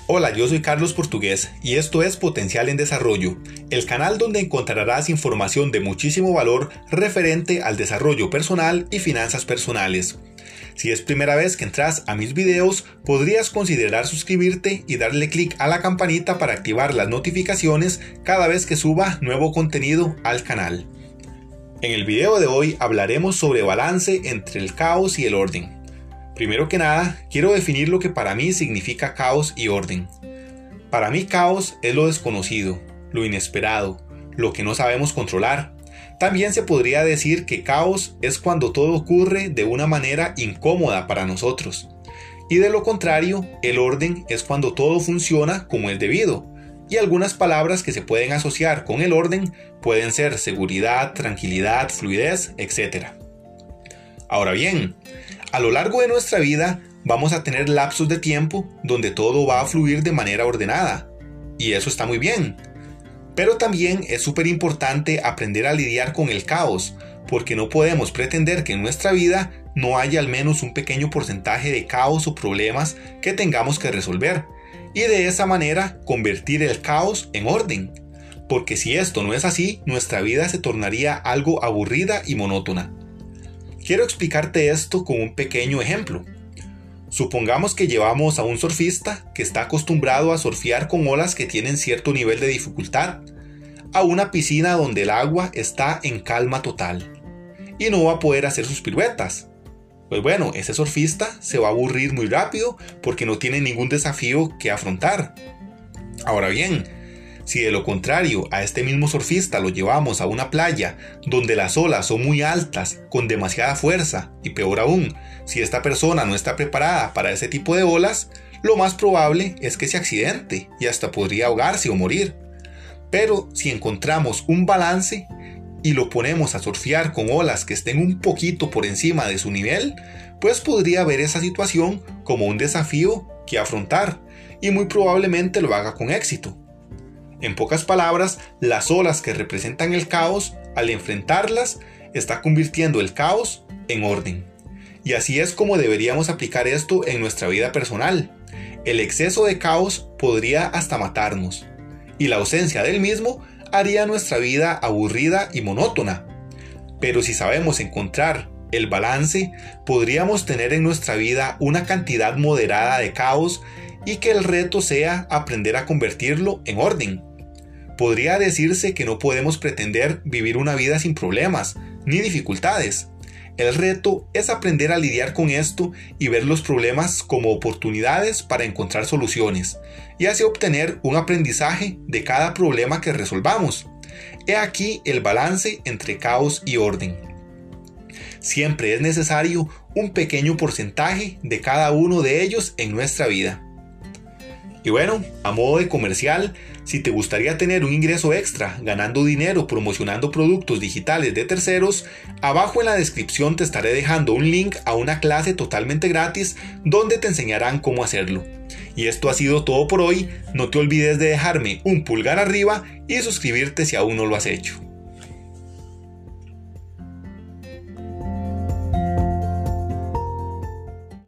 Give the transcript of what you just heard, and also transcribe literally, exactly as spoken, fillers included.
Hola, yo soy Carlos Portugués y esto es Potencial en Desarrollo, el canal donde encontrarás información de muchísimo valor referente al desarrollo personal y finanzas personales. Si es primera vez que entras a mis videos, podrías considerar suscribirte y darle clic a la campanita para activar las notificaciones cada vez que suba nuevo contenido al canal. En el video de hoy hablaremos sobre balance entre el caos y el orden. Primero que nada, quiero definir lo que para mí significa caos y orden. Para mí caos es lo desconocido, lo inesperado, lo que no sabemos controlar. También se podría decir que caos es cuando todo ocurre de una manera incómoda para nosotros. Y de lo contrario, el orden es cuando todo funciona como es debido. Y algunas palabras que se pueden asociar con el orden pueden ser seguridad, tranquilidad, fluidez, etcétera. Ahora bien, a lo largo de nuestra vida vamos a tener lapsos de tiempo donde todo va a fluir de manera ordenada. Y eso está muy bien. Pero también es súper importante aprender a lidiar con el caos, porque no podemos pretender que en nuestra vida no haya al menos un pequeño porcentaje de caos o problemas que tengamos que resolver, y de esa manera convertir el caos en orden. Porque si esto no es así, nuestra vida se tornaría algo aburrida y monótona. Quiero explicarte esto con un pequeño ejemplo. Supongamos que llevamos a un surfista que está acostumbrado a surfear con olas que tienen cierto nivel de dificultad a una piscina donde el agua está en calma total y no va a poder hacer sus piruetas. Pues bueno, ese surfista se va a aburrir muy rápido porque no tiene ningún desafío que afrontar. Ahora bien, si de lo contrario a este mismo surfista lo llevamos a una playa donde las olas son muy altas, con demasiada fuerza, y peor aún, si esta persona no está preparada para ese tipo de olas, lo más probable es que se accidente y hasta podría ahogarse o morir. Pero si encontramos un balance y lo ponemos a surfear con olas que estén un poquito por encima de su nivel, pues podría ver esa situación como un desafío que afrontar y muy probablemente lo haga con éxito. En pocas palabras, las olas que representan el caos, al enfrentarlas, está convirtiendo el caos en orden. Y así es como deberíamos aplicar esto en nuestra vida personal. El exceso de caos podría hasta matarnos, y la ausencia del mismo haría nuestra vida aburrida y monótona. Pero si sabemos encontrar el balance, podríamos tener en nuestra vida una cantidad moderada de caos y que el reto sea aprender a convertirlo en orden. Podría decirse que no podemos pretender vivir una vida sin problemas ni dificultades. El reto es aprender a lidiar con esto y ver los problemas como oportunidades para encontrar soluciones y así obtener un aprendizaje de cada problema que resolvamos. He aquí el balance entre caos y orden. Siempre es necesario un pequeño porcentaje de cada uno de ellos en nuestra vida. Y bueno, a modo de comercial, si te gustaría tener un ingreso extra ganando dinero promocionando productos digitales de terceros, abajo en la descripción te estaré dejando un link a una clase totalmente gratis donde te enseñarán cómo hacerlo. Y esto ha sido todo por hoy, no te olvides de dejarme un pulgar arriba y suscribirte si aún no lo has hecho.